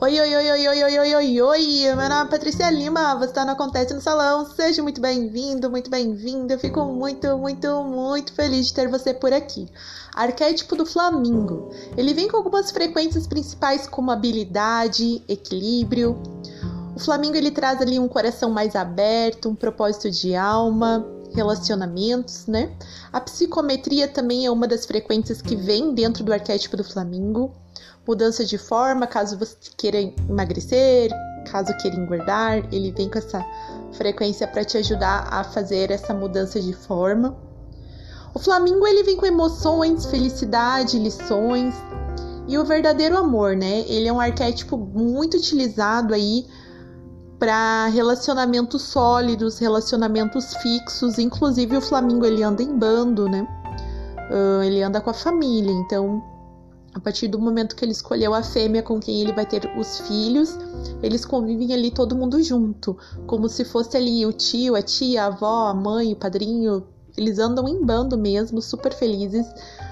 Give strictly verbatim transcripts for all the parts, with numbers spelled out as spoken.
Oi, oi, oi, oi, oi, oi, oi, oi, oi, meu nome é Patrícia Lima, você está no Acontece no Salão, seja muito bem-vindo, muito bem-vinda, eu fico muito, muito, muito feliz de ter você por aqui. Arquétipo do Flamingo, ele vem com algumas frequências principais como habilidade, equilíbrio. O Flamingo ele traz ali um coração mais aberto, um propósito de alma, relacionamentos, né? A psicometria também é uma das frequências que vem dentro do arquétipo do Flamingo. Mudança de forma, caso você queira emagrecer, caso queira engordar, ele vem com essa frequência para te ajudar a fazer essa mudança de forma. O Flamingo ele vem com emoções, felicidade, lições e o verdadeiro amor, né? Ele é um arquétipo muito utilizado aí para relacionamentos sólidos, relacionamentos fixos. Inclusive o Flamingo ele anda em bando, né? Uh, ele anda com a família, então a partir do momento que ele escolheu a fêmea com quem ele vai ter os filhos, eles convivem ali todo mundo junto, como se fosse ali o tio, a tia, a avó, a mãe, o padrinho. Eles andam em bando mesmo, super felizes,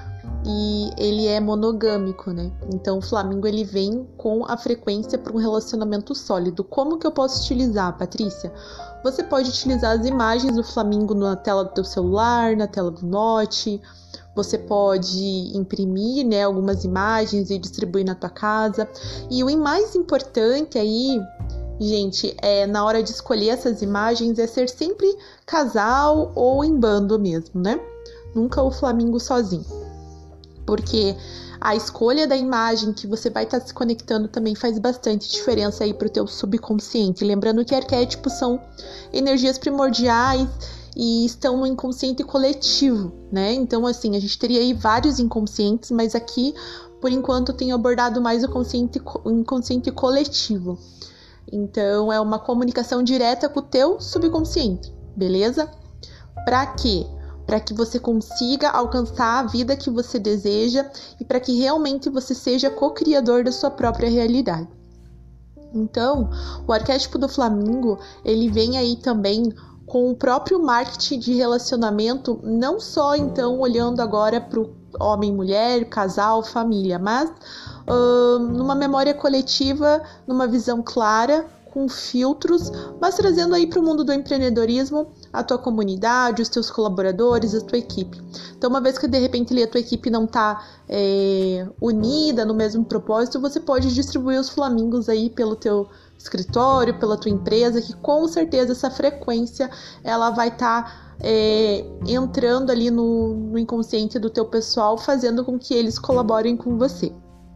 e ele é monogâmico, né? Então o Flamingo ele vem com a frequência para um relacionamento sólido. Como que eu posso utilizar, Patrícia? Você pode utilizar as imagens do Flamingo na tela do teu celular, na tela do Note. Você pode imprimir, né, algumas imagens e distribuir na tua casa. E o mais importante aí, gente, é na hora de escolher essas imagens é ser sempre casal ou em bando mesmo, né? Nunca o Flamingo sozinho. Porque a escolha da imagem que você vai estar se conectando também faz bastante diferença aí pro teu subconsciente. Lembrando que arquétipos são energias primordiais e estão no inconsciente coletivo, né? Então, assim, a gente teria aí vários inconscientes, mas aqui, por enquanto, eu tenho abordado mais o consciente, o inconsciente coletivo. Então, é uma comunicação direta com o teu subconsciente, beleza? Para quê? Para que você consiga alcançar a vida que você deseja e para que realmente você seja co-criador da sua própria realidade. Então, o arquétipo do Flamingo, ele vem aí também com o próprio marketing de relacionamento, não só então olhando agora para o homem, mulher, casal, família, mas uh, numa memória coletiva, numa visão clara, com filtros, mas trazendo aí para o mundo do empreendedorismo a tua comunidade, os teus colaboradores, a tua equipe. Então, uma vez que de repente a tua equipe não está é, unida no mesmo propósito, você pode distribuir os flamingos aí pelo teu escritório, pela tua empresa, que com certeza essa frequência ela vai estar tá, é, entrando ali no, no inconsciente do teu pessoal, fazendo com que eles colaborem com você.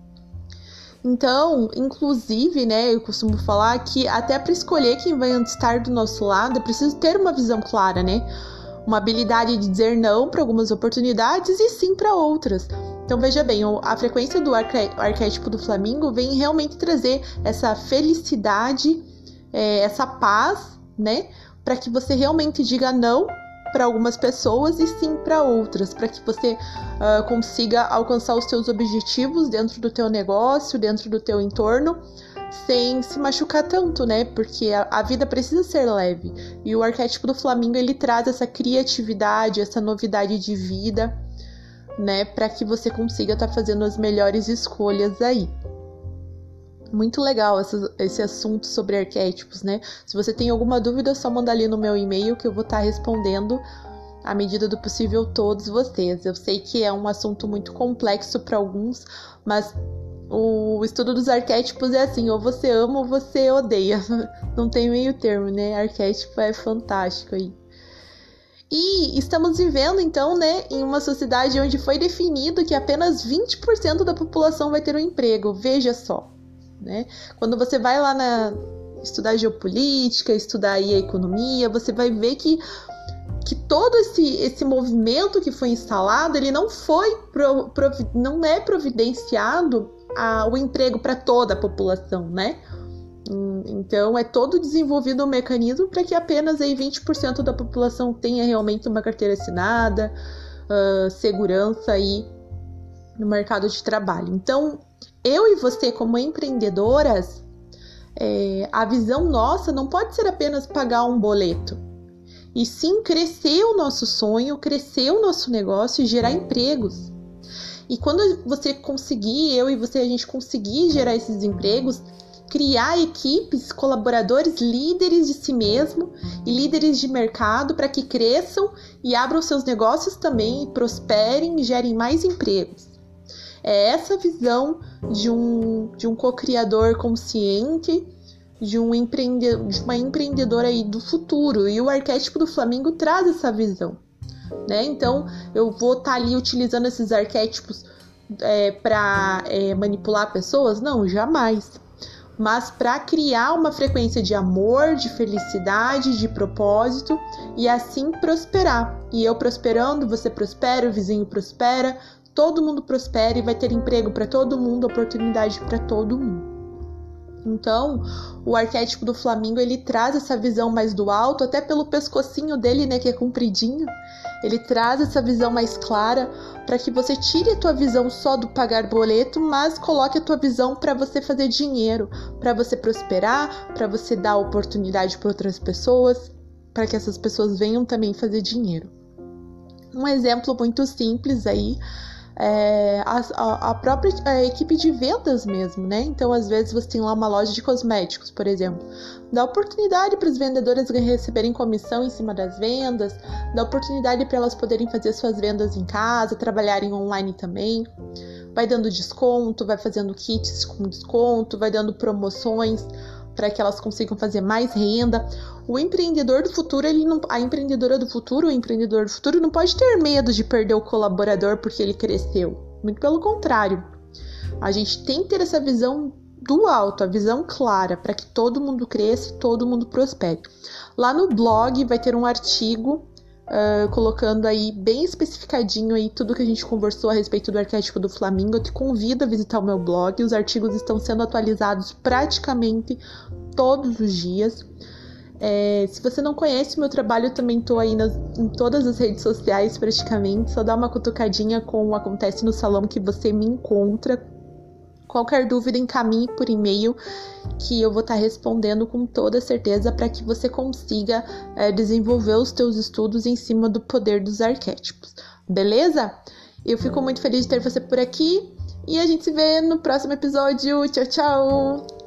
Então, inclusive, né, eu costumo falar que até para escolher quem vai estar do nosso lado, é preciso ter uma visão clara, né? Uma habilidade de dizer não para algumas oportunidades e sim para outras. Então, veja bem, a frequência do arqué- arquétipo do Flamingo vem realmente trazer essa felicidade, é, essa paz, né? Para que você realmente diga não para algumas pessoas e sim para outras, para que você uh, consiga alcançar os seus objetivos dentro do teu negócio, dentro do teu entorno, sem se machucar tanto, né? Porque a, a vida precisa ser leve. E o arquétipo do Flamingo, ele traz essa criatividade, essa novidade de vida, né? Para que você consiga estar tá fazendo as melhores escolhas aí. Muito legal esse, esse assunto sobre arquétipos, né? Se você tem alguma dúvida, é só mandar ali no meu e-mail que eu vou estar respondendo à medida do possível todos vocês. Eu sei que é um assunto muito complexo para alguns, mas o estudo dos arquétipos é assim, ou você ama ou você odeia. Não tem meio termo, né? Arquétipo é fantástico aí. E estamos vivendo, então, né, em uma sociedade onde foi definido que apenas vinte por cento da população vai ter um emprego. Veja só. Né? Quando você vai lá na, estudar geopolítica, estudar aí a economia, você vai ver que, que todo esse, esse movimento que foi instalado, ele não foi pro, provi, não é providenciado a, o emprego para toda a população, né? Então é todo desenvolvido um mecanismo para que apenas aí vinte por cento da população tenha realmente uma carteira assinada, uh, segurança aí no mercado de trabalho. Então eu e você, como empreendedoras, é, a visão nossa não pode ser apenas pagar um boleto, e sim crescer o nosso sonho, crescer o nosso negócio e gerar empregos. E quando você conseguir, eu e você, a gente conseguir gerar esses empregos, criar equipes, colaboradores, líderes de si mesmo e líderes de mercado para que cresçam e abram seus negócios também, e prosperem e gerem mais empregos. É essa visão de um, de um co-criador consciente, de, um empreende, de uma empreendedora aí do futuro. E o arquétipo do Flamingo traz essa visão, né? Então, eu vou estar tá ali utilizando esses arquétipos é, para é, manipular pessoas? Não, jamais. Mas para criar uma frequência de amor, de felicidade, de propósito e assim prosperar. E eu prosperando, você prospera, o vizinho prospera, todo mundo prospera e vai ter emprego para todo mundo, oportunidade para todo mundo. Então, o arquétipo do Flamingo, ele traz essa visão mais do alto, até pelo pescocinho dele, né, que é compridinho. Ele traz essa visão mais clara para que você tire a tua visão só do pagar boleto, mas coloque a tua visão para você fazer dinheiro, para você prosperar, para você dar oportunidade para outras pessoas, para que essas pessoas venham também fazer dinheiro. Um exemplo muito simples aí é a, a própria a equipe de vendas mesmo, né? Então, às vezes, você tem lá uma loja de cosméticos, por exemplo. Dá oportunidade para os vendedores receberem comissão em cima das vendas, dá oportunidade para elas poderem fazer suas vendas em casa, trabalharem online também. Vai dando desconto, vai fazendo kits com desconto, vai dando promoções para que elas consigam fazer mais renda. O empreendedor do futuro, ele não, a empreendedora do futuro, o empreendedor do futuro não pode ter medo de perder o colaborador porque ele cresceu. Muito pelo contrário. A gente tem que ter essa visão do alto, a visão clara, para que todo mundo cresça e todo mundo prospere. Lá no blog vai ter um artigo Uh, colocando aí bem especificadinho aí tudo que a gente conversou a respeito do arquétipo do Flamingo. Eu te convido a visitar o meu blog. Os artigos estão sendo atualizados praticamente todos os dias. É, se você não conhece o meu trabalho, eu também estou aí nas, em todas as redes sociais praticamente. Só dá uma cutucadinha com o Acontece no Salão que você me encontra. Qualquer dúvida, encaminhe por e-mail que eu vou estar respondendo com toda certeza para que você consiga é, desenvolver os teus estudos em cima do poder dos arquétipos. Beleza? Eu fico muito feliz de ter você por aqui e a gente se vê no próximo episódio. Tchau, tchau!